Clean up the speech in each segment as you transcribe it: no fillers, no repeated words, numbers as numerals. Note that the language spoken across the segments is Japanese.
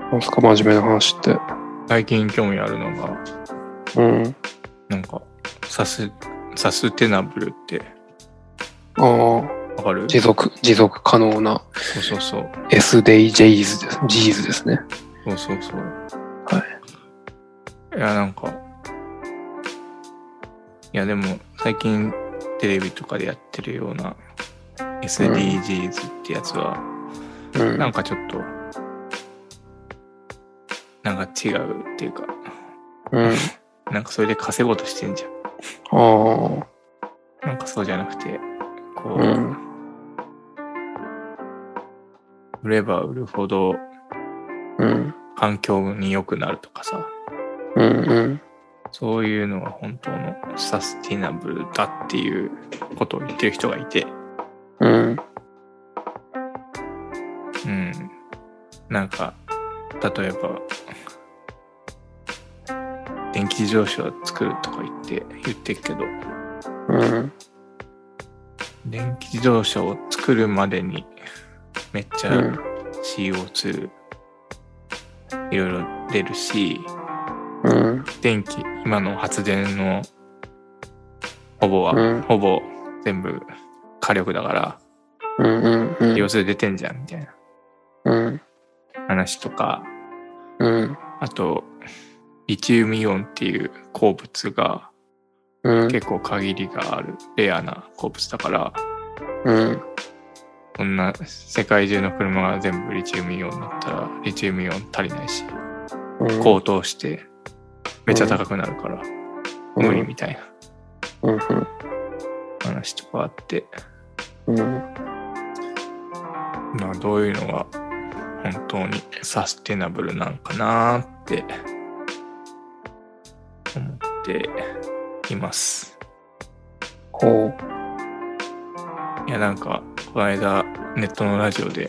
なんすか真面目な話って。 最近興味あるのが、なんかサステナブルってわかる？ 持続可能な。 そう SDGs ですね。 そう。 はい。 いやでも最近テレビとかでやってるような SDGs ってやつは、なんかちょっとなんか違うっていうか、なんかそれで稼ごうとしてんじゃん。なんかそうじゃなくて、こう、売れば売るほど環境に良くなるとかさ、そういうのが本当のサスティナブルだっていうことを言ってる人がいて、なんか例えば電気自動車を作るとか言ってるけど、電気自動車を作るまでにめっちゃ CO2 いろいろ出るし、今の発電のほぼ全部火力だから、CO2 出てんじゃんみたいな話とか、あとリチウムイオンっていう鉱物が結構限りがあるレアな鉱物だから、こんな世界中の車が全部リチウムイオンだったらリチウムイオン足りないし、高騰してめっちゃ高くなるから無理みたいな話とかあって、どういうのが本当にサステナブルなんかなって思っています。いやなんかこの間ネットのラジオで、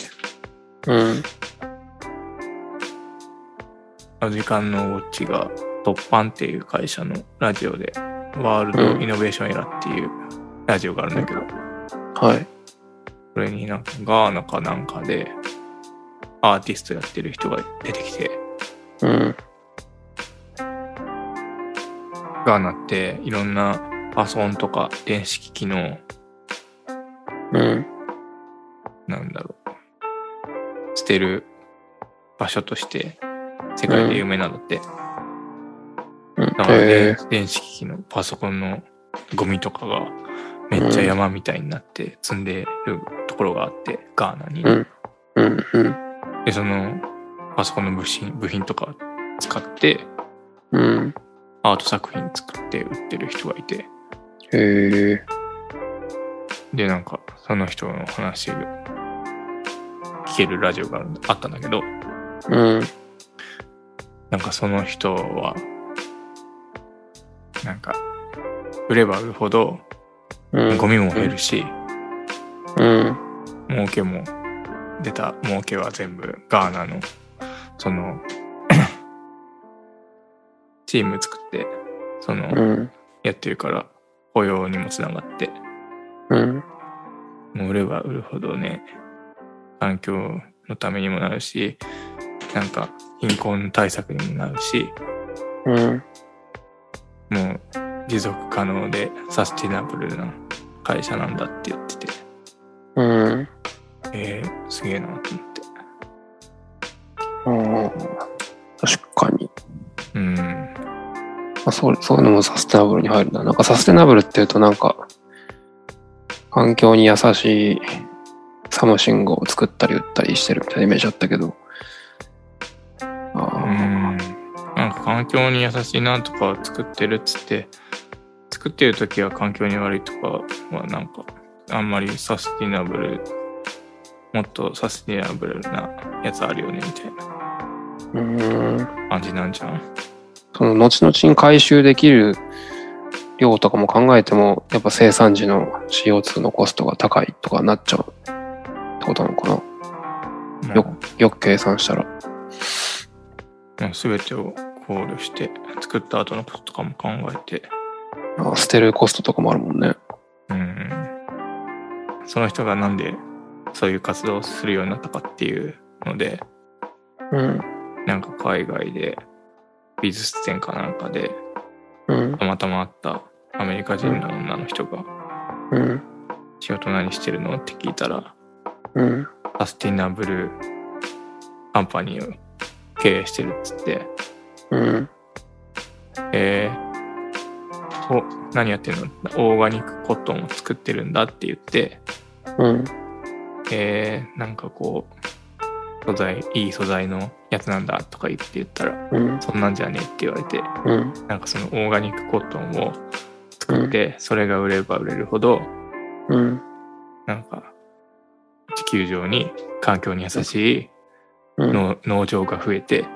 時間のウォッチが突版っていう会社のラジオでワールドイノベーションエラーっていうラジオがあるんだけど、それになんかガーナかなんかでアーティストやってる人が出てきて、ガーナっていろんなパソコンとか電子機器のなんだろう、捨てる場所として世界で有名なんだって。だから電子機器のパソコンのゴミとかがめっちゃ山みたいになって積んでるところがあって、ガーナに、でそのパソコンの部品とか使ってアート作品作って売ってる人がいて、でなんかその人の話を聞けるラジオがあったんだけど、なんかその人はなんか売れば売るほどゴミも減るし、儲けも出た儲けは全部ガーナのそのチーム作ってそのやってるから雇用にもつながって、もう売れば売るほどね、環境のためにもなるし、なんか貧困対策にもなるし、もう持続可能でサスティナブルな会社なんだって言ってて、すげえなと思って。確かに。そういうのもサステナブルに入るな。なんかサステナブルっていうとなんか環境に優しいサムシングを作ったり売ったりしてるみたいなイメージあったけど、 なんか環境に優しいなとか作ってるっつって、作ってる時は環境に悪いとかはなんかあんまりサスティナブル、もっとサスティナブルなやつあるよねみたいな感じなんじゃん。 その後々に回収できる量とかも考えてもやっぱ生産時の CO2 のコストが高いとかなっちゃうってことなのかな、よく計算したら。 全てを考慮して作った後のコストとかも考えて、 捨てるコストとかもあるもんね。 その人がなんでそういう活動をするようになったかっていうので、 なんか海外で美術展かなんかで、たまたま会ったアメリカ人の女の人が、仕事何してるのって聞いたら、サスティナブルカンパニーを経営してるっつって、何やってるの？オーガニックコットンを作ってるんだって言って、なんかこういい素材のやつなんだとか言ったら、そんなんじゃねえって言われて、なんかそのオーガニックコットンを作って、それが売れば売れるほど、なんか地球上に環境に優しい農場が増えて、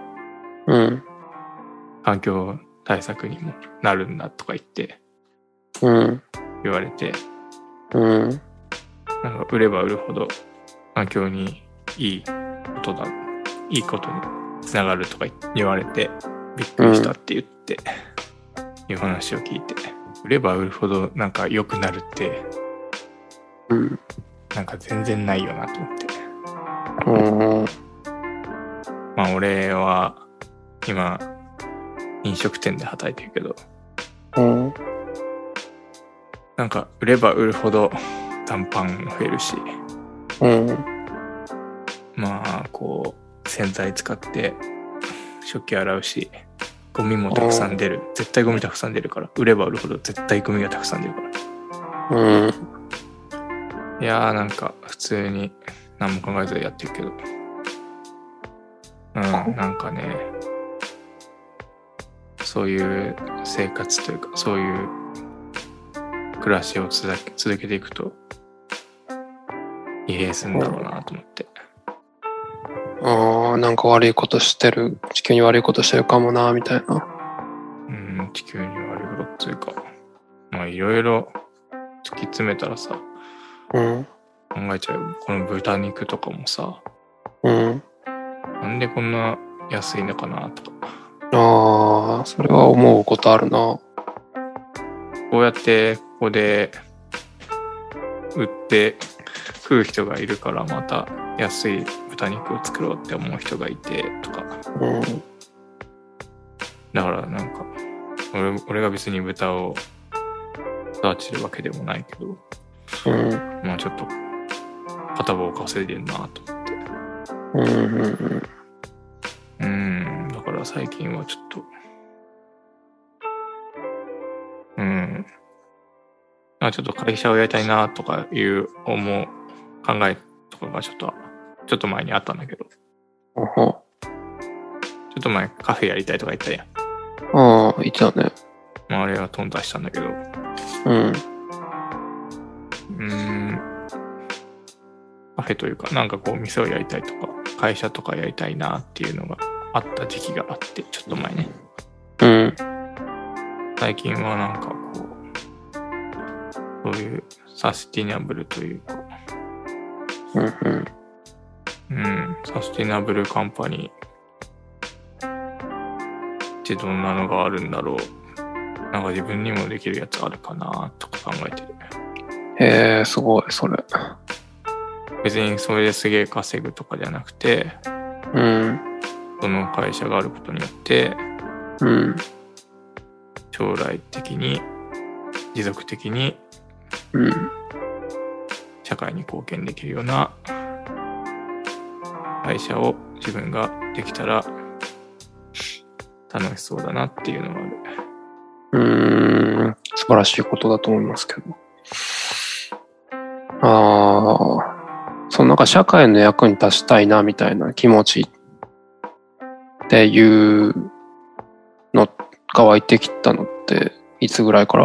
環境対策にもなるんだとか言って、言われて、なんか売れば売るほど環境にいいことにつながるとか言われてびっくりしたって言って、いう話を聞いて、売れば売るほどなんか良くなるって、なんか全然ないよなと思って。まあ俺は今飲食店で働いてるけど、なんか売れば売るほど残飯も増えるし、まあこう洗剤使って食器洗うし、ゴミもたくさん出る。絶対ゴミたくさん出るから、売れば売るほど絶対ゴミがたくさん出るから。いやーなんか普通に何も考えずやってるけど、なんかね、そういう生活というか、そういう暮らしを続けていくと疲弊するんだろうなと思って。 なんか悪いことしてる、地球に悪いことしてるかもなみたいな。 地球に悪いことっていうか、まあいろいろ突き詰めたらさ、考えちゃう。この豚肉とかもさ、なんでこんな安いのかなとか。 それは思うことあるな。 こうやってここで売って食う人がいるから、また安い豚肉を作ろうって思う人がいてとか。だからなんか俺が別に豚を育てるわけでもないけど、まあちょっと片棒稼いでるなと思って。だから最近はちょっとちょっと会社をやりたいなとかいう考えとかがちょっと前にあったんだけど、ちょっと前カフェやりたいとか言ったやん。 言ってたね。 まああれは頓挫したんだけど、カフェというか、なんかこう店をやりたいとか会社とかやりたいなっていうのがあった時期があって、ちょっと前ね。最近はなんかこう、そういうサスティナブルというか、サスティナブルカンパニーってどんなのがあるんだろう。なんか自分にもできるやつあるかなとか考えてる。 へえ、すごいそれ。 別にそれですげえ稼ぐとかじゃなくて、その会社があることによって、将来的に持続的に社会に貢献できるような会社を自分ができたら楽しそうだなっていうのがある。素晴らしいことだと思いますけど。なんか社会の役に立ちたいなみたいな気持ちっていうのが湧いてきたのっていつぐらいから？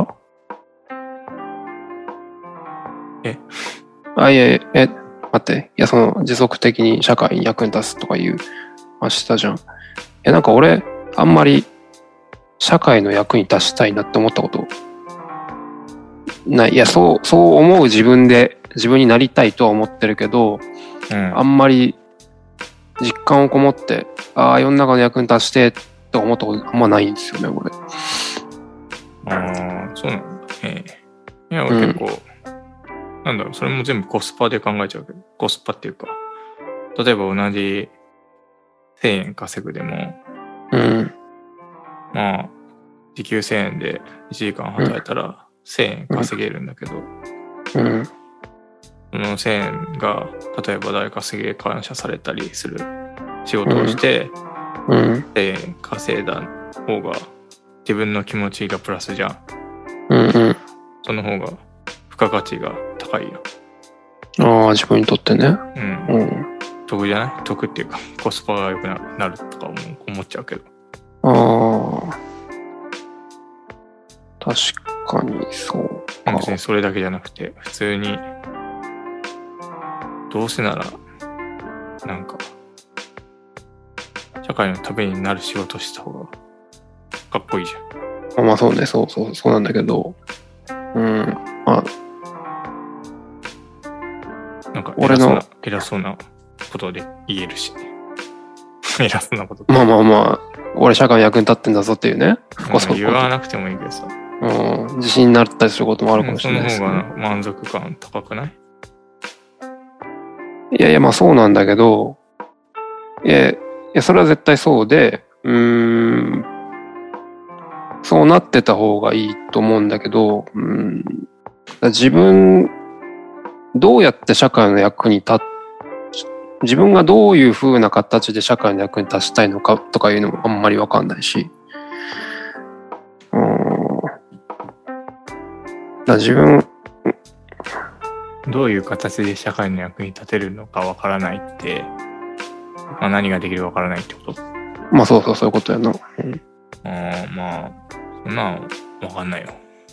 待って。いや、その持続的に社会に役に立つとかいう話したじゃん。なんか俺あんまり社会の役に立ちたいなって思ったことない。いや、そう思う自分になりたいとは思ってるけど、あんまり実感をこもって世の中の役に立ちてって思ったことあんまないんですよね、俺。 そうなんだ。いや、俺結構、なんだろう、それも全部コスパで考えちゃうけど、コスパっていうか、例えば同じ 1000円稼ぐでも、 うん。 まあ、時給1000円で1時間働いたら1000円稼げるんだけど、 うん。 その1000円が、例えば誰かすげえ感謝されたりする仕事をして、 うん。 1000円稼いだ方が自分の気持ちがプラスじゃん。 うん。 その方が付加価値が高いよ。 ああ、自分にとってね。 うん。 うん。 得じゃない？得っていうかコスパが良くなるとか思っちゃうけど。 ああ。確かにそうか。 別にそれだけじゃなくて、普通に、どうせなら、なんか、社会のためになる仕事した方がかっこいいじゃん。 まあそうね、そうなんだけど。うん。まあ、 なんか偉そうなことで言えるし。偉そうなこと。 まあ、俺社会に役に立ってんだぞっていうね。 言わなくてもいいけどさ。 うん、自信になったりすることもあるかもしれないですね。 その方が満足感高くない？ いや、まあそうなんだけど、いや、それは絶対そうで、そうなってた方がいいと思うんだけど、自分、どうやって社会の役に自分がどういう風な形で社会の役に立ちたいのかとかいうのもあんまりわかんないし、自分どういう形で社会の役に立てるのかわからないって、まあ、何ができるかわからないってこと？ まあそういうことやな。 まあそんなんわかんないよ。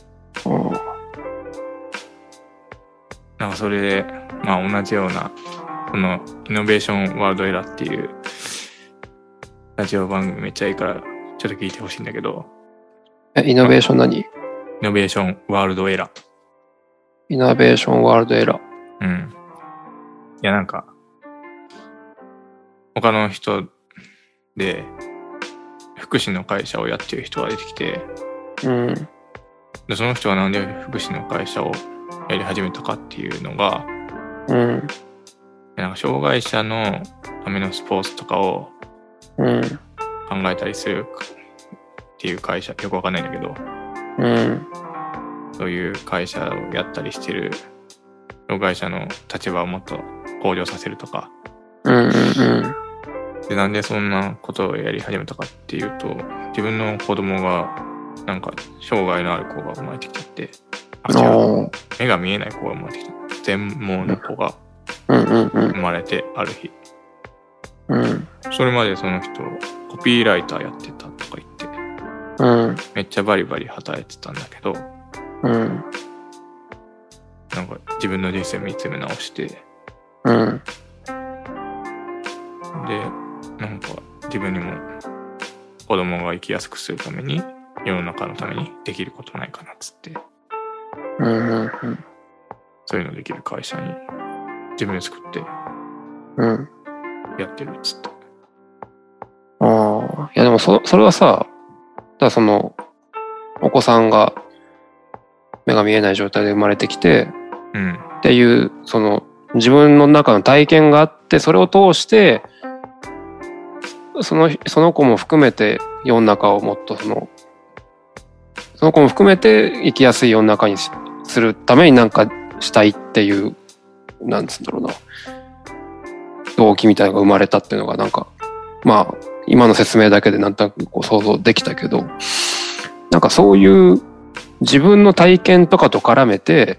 なんかそれでまあ同じようなこのイノベーションワールドエラーっていうラジオ番組めっちゃいいからちょっと聞いてほしいんだけど。 イノベーション何？ イノベーションワールドエラー。 イノベーションワールドエラー。 うん。いやなんか他の人で福祉の会社をやってる人が出てきて、でその人はなんで福祉の会社をやり始めたかっていうのが、なんか障害者のためのスポーツとかを考えたりするっていう会社、よくわかんないんだけど、そういう会社をやったりしてる障害者の立場をもっと向上させるとか、でなんでそんなことをやり始めたかっていうと、自分の子供がなんか障害のある子が生まれてきちゃって、目が見えない子が生まれてきた、全盲の子が生まれてある日、それまでその人コピーライターやってたとか言って、めっちゃバリバリ働いてたんだけど、なんか自分の人生見つめ直して、でなんか自分にも子供が生きやすくするために、世の中のためにできることないかなっつって、そういうのできる会社に自分で作ってやってるっつって。 いやでもそれはさ、だそのお子さんが目が見えない状態で生まれてきて、っていうその自分の中の体験があって、それを通してその子も含めて世の中をもっとその子も含めて生きやすい世の中にするためになんかしたいっていう、なんつうんだろうな、動機みたいなのが生まれたっていうのがなんか、まあ今の説明だけでなんとなくこう想像できたけど、なんかそういう自分の体験とかと絡めて、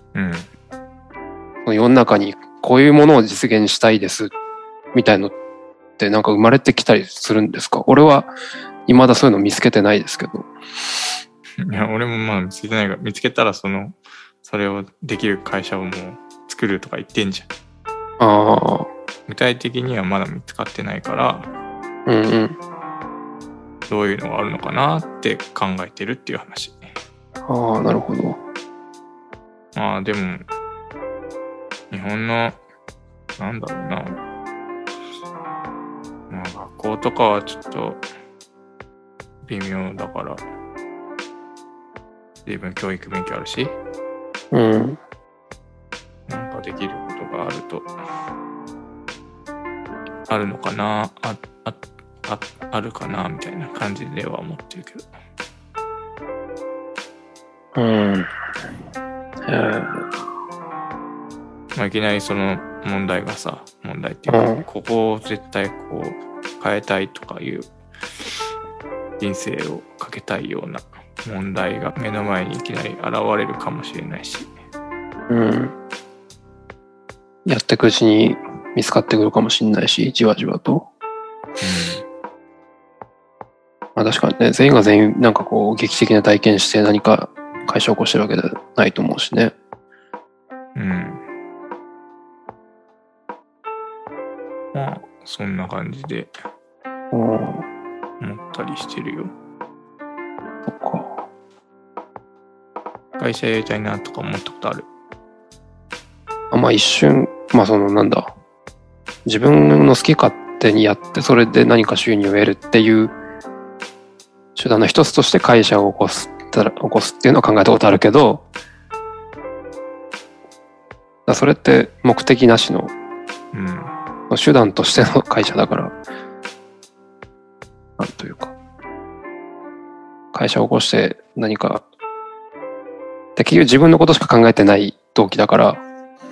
世の中にこういうものを実現したいですみたいのってなんか生まれてきたりするんですか？俺は未だそういうの見つけてないですけど。 いや俺もまあ見つけてないから、見つけたらそれをできる会社をもう作るとか言ってんじゃん。具体的にはまだ見つかってないから、どういうのがあるのかなって考えてるっていう話。 なるほど。 まあでも日本のなんだろうな、まあ学校とかはちょっと微妙だから、自分教育勉強あるし、なんかできることがあると、 あるのかな、あるかなみたいな感じでは思ってるけど。いきなりその問題っていうか、ここを絶対こう変えたいとかいう人生をかけたいような問題が目の前にいきなり現れるかもしれないし、 やっていくうちに見つかってくるかもしれないし、じわじわと。確かにね、全員が全員なんかこう劇的な体験して何か会社を起こしてるわけではないと思うしね。 そんな感じで思ったりしてるよ。 そっか。 会社やりたいなとか思ったことある？ 一瞬、自分の好き勝手にやって、それで何か収入を得るっていう手段の一つとして会社を起こすっていうのは考えたことあるけど、それって目的なしの、手段としての会社だから、なんというか、会社を起こして何か、結局自分のことしか考えてない動機だから、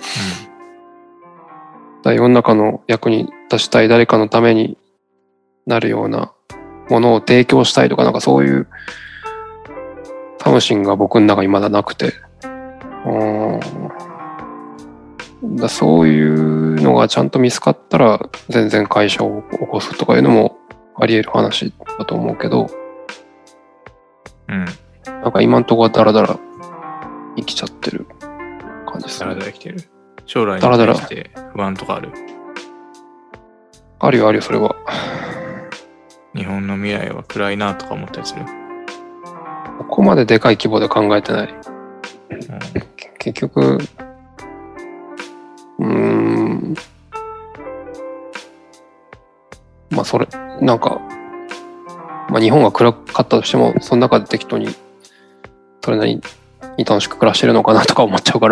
世の中の役に立ちたい、誰かのためになるようなものを提供したいとか、なんかそういう楽しみが僕の中にまだなくて、そういうのがちゃんと見つかったら全然会社を起こすとかいうのもあり得る話だと思うけど、なんか今んとこはダラダラ生きちゃってる感じですね。 ダラダラ生きてる。将来に対して不安とかある？ あるよ、それは。 日本の未来は暗いなとか思ったりする？ ここまででかい規模で考えてない。結局、それ、なんか、日本が暗かったとしても、その中で適当に、それなりに楽しく暮らしてるのかなとか思っちゃうから、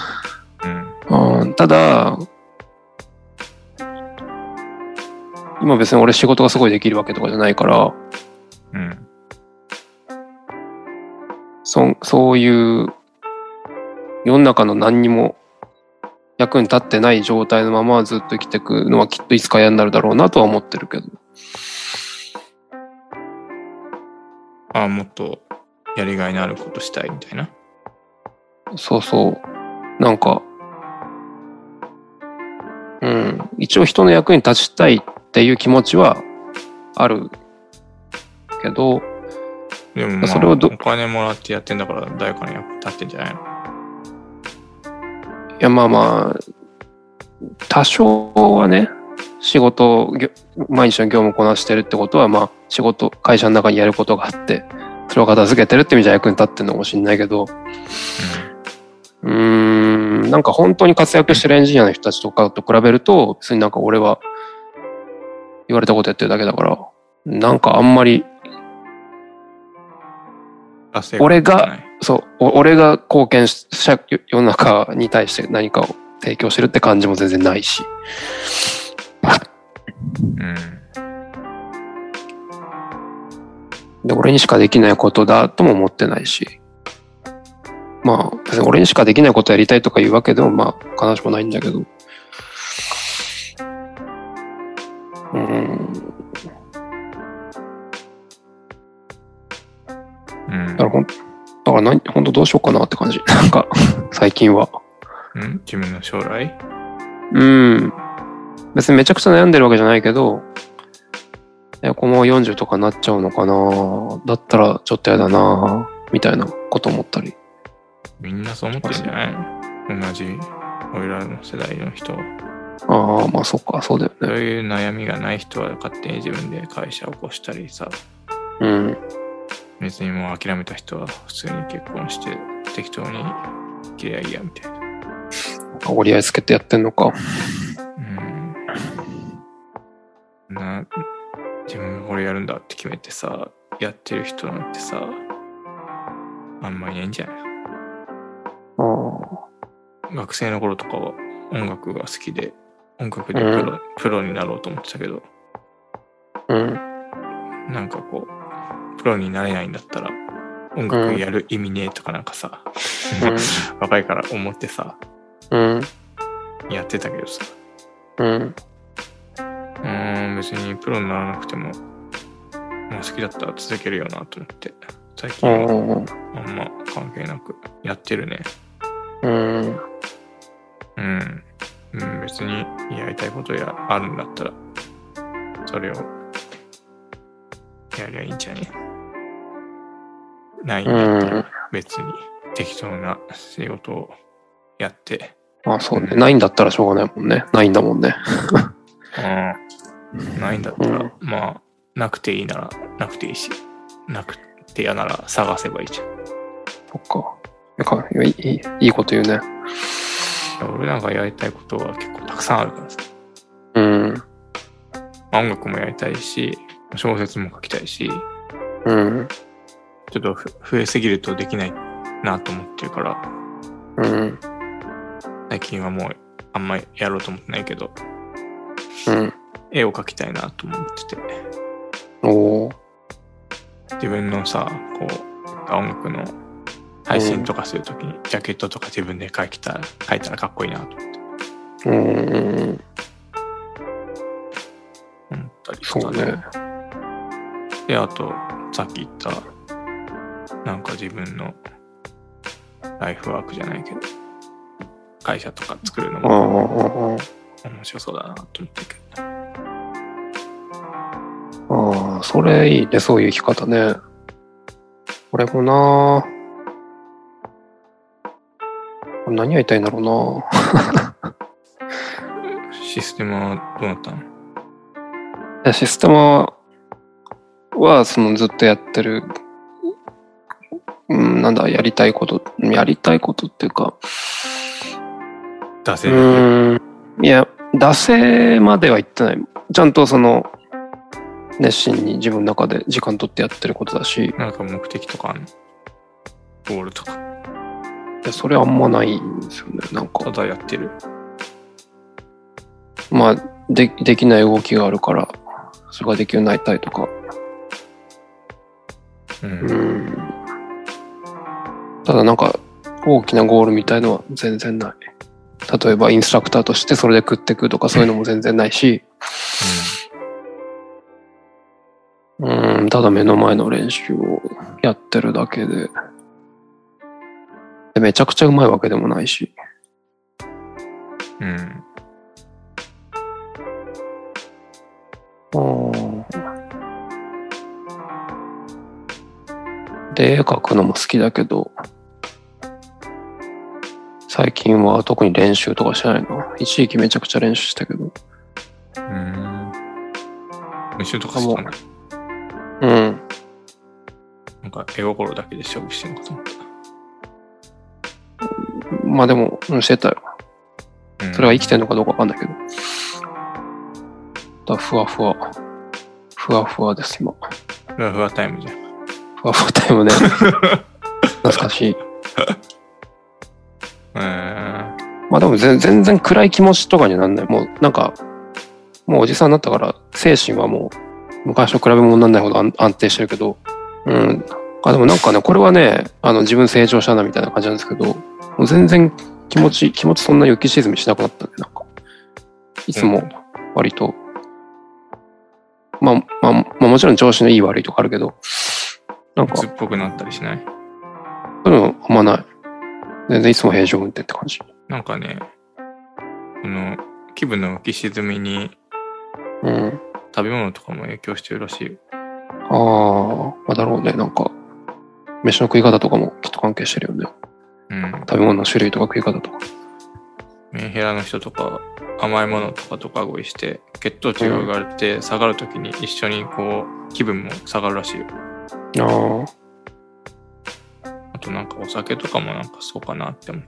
ただ、今別に俺仕事がすごいできるわけとかじゃないから、そういう世の中の何にも役に立ってない状態のままずっと生きていくのはきっといつか嫌になるだろうなとは思ってるけど。 もっとやりがいのあることしたいみたいな。 そうそう。なんか、一応人の役に立ちたいっていう気持ちはあるけど、 でもそれをお金もらってやってんだから誰かに役立ってんじゃないの？ いや多少はね、毎日の業務をこなしてるってことは会社の中にやることがあって、それを片付けてるって意味じゃ役に立ってるのかもしれないけど、なんか本当に活躍してるエンジニアの人たちとかと比べると、別になんか俺は言われたことやってるだけだから、なんかあんまり俺が貢献した世の中に対して何かを提供してるって感じも全然ないし、で俺にしかできないことだとも思ってないし、別に俺にしかできないことやりたいとかいうわけでも必ずしもないんだけど、だから本当どうしようかなって感じ。なんか最近は。 自分の将来？ 別にめちゃくちゃ悩んでるわけじゃないけど、この40とかなっちゃうのかな。だったらちょっとやだなみたいなこと思ったり。 みんなそう思ってるんじゃないの？同じ俺らの世代の人は。 そっか、そうだよね。 そういう悩みがない人は勝手に自分で会社を起こしたりさ。別にもう諦めた人は普通に結婚して適当に生きりゃいいやみたいな。 折り合いつけてやってんのか。 自分がこれやるんだって決めてさ、やってる人なんてさ、あんまりいないんじゃない？学生の頃とかは音楽が好きで音楽でプロになろうと思ってたけど、なんかこう、プロになれないんだったら、音楽やる意味ねえとかなんかさ、若いから思ってさ、やってたけどさ、別にプロにならなくても、好きだったら続けるよなと思って、最近はあんま関係なくやってるね。別にやりたいことあるんだったら、それをやりゃいいんじゃね。ないんだったら別に適当な仕事をやって。 そうね。ないんだったらしょうがないもんね。ないんだもんね。 ないんだったら、なくていいならなくていいし、なくて嫌なら探せばいいじゃん。 そっか。いいこと言うね。 俺なんかやりたいことは結構たくさんあるからさ。音楽もやりたいし、小説も書きたいし、ちょっと増えすぎるとできないなと思ってるから、最近はもうあんまりやろうと思ってないけど、絵を描きたいなと思ってて、自分のさ、こう音楽の配信とかするときにジャケットとか自分で描いたらかっこいいなと思って。思ったりしたね。で、あと、さっき言った、なんか自分のライフワークじゃないけど、会社とか作るのも面白そうだなと思ってるけど。それいいね、そういう生き方ね。俺もな何やりたいんだろうなシステムはどうなったの？ いや、システムはずっとやってる、やりたいことっていうか、 惰性いや、惰性までは言ってない。ちゃんと熱心に自分の中で時間取ってやってることだし。 なんか目的とかあるの？ゴールとか。 いや、それあんまないんですよね。なんか。 ただやってる。 できない動きがあるから、それができるようになりたいとか。ただなんか、大きなゴールみたいのは全然ない。例えばインストラクターとしてそれで食ってくとかそういうのも全然ないし、ただ目の前の練習をやってるだけで、めちゃくちゃうまいわけでもないし。で、絵描くのも好きだけど、最近は特に練習とかしてないな。一時期めちゃくちゃ練習したけど。 練習とかしたの？なんか絵心だけで勝負してるのかと思った。 でも、してたよ。それが生きてるのかどうかわかんないけど。ふわふわです、今。 ふわふわタイムじゃん。 ふわふわタイムね。懐かしい。でも全然暗い気持ちとかにはなんない。もうもうおじさんになったから精神はもう昔と比べ物にならないほど安定してるけど、でもなんかね、これはね、自分成長したなみたいな感じなんですけど、もう全然気持ちそんな浮き沈みしなくなったんで、なんかいつも割と、もちろん調子のいい悪いとかあるけど、なんか鬱っぽくなったりしない？ そういうのあんまない。全然いつも平常運転って感じ。 なんかね、気分の浮き沈みに、食べ物とかも影響してるらしいよ。 だろうね。なんか、飯の食い方とかもきっと関係してるよね。食べ物の種類とか食い方とか。 メンヘラの人とか、甘いものとかとかごいして、血糖値が上がって下がるときに一緒にこう、気分も下がるらしいよ。あとなんかお酒とかもなんかそうかなって思って。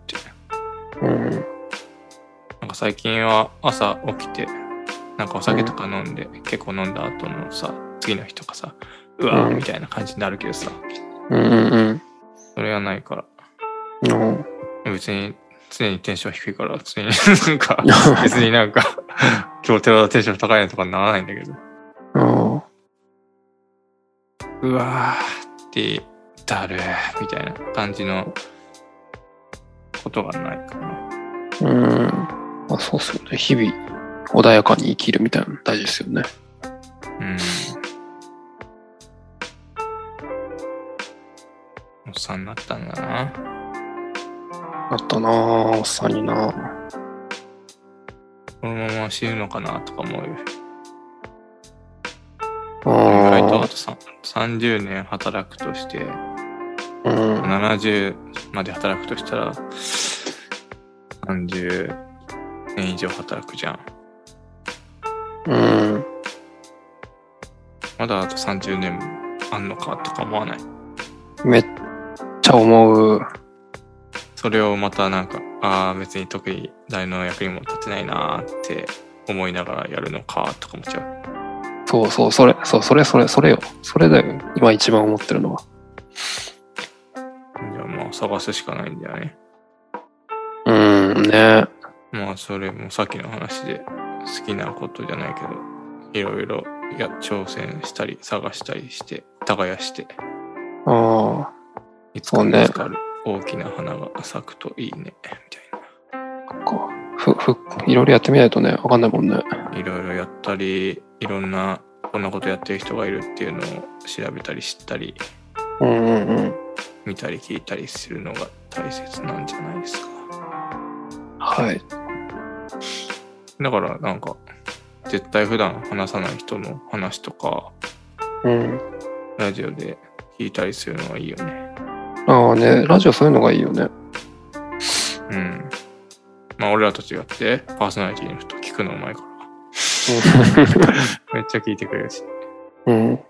なんか最近は朝起きて、なんかお酒とか飲んで、結構飲んだ後のさ、次の日とかさ、うわーみたいな感じになるけどさ、それはないから。別に常にテンション低いから、常になんか、別になんか今日寺田テンション高いねとかならないんだけど。うわーってだるみたいな感じのことがないかな。 まあ、そうっすよね。日々穏やかに生きるみたいなの大事ですよね。 おっさんになったんだな。 なったなぁ、おっさんにな。 このまま死ぬのかなとか思うよ。意外とあと30年働くとして、70まで働くとしたら30年以上働くじゃん。まだあと30年あんのかとか思わない？ めっちゃ思う。 それをまたなんか、別に特に誰の役にも立てないなーって思いながらやるのかとか思っちゃう。 それよ。それだよ。今一番思ってるのは。 じゃあまあ探すしかないんだよね。 ね。 まあそれもさっきの話で好きなことじゃないけど、いろいろ挑戦したり探したりして耕して、いつか見つかる大きな花が咲くといいねみたいな。いろいろやってみないとね、わかんないもんね。 いろいろやったり、いろんなこんなことやってる人がいるっていうのを調べたり知ったり、見たり聞いたりするのが大切なんじゃないですか。 はい。 だからなんか絶対普段話さない人の話とか、ラジオで聞いたりするのはいいよね。 ラジオそういうのがいいよね。 まあ俺らと違ってパーソナリティの人聞くのうまいからめっちゃ聞いてくれるし。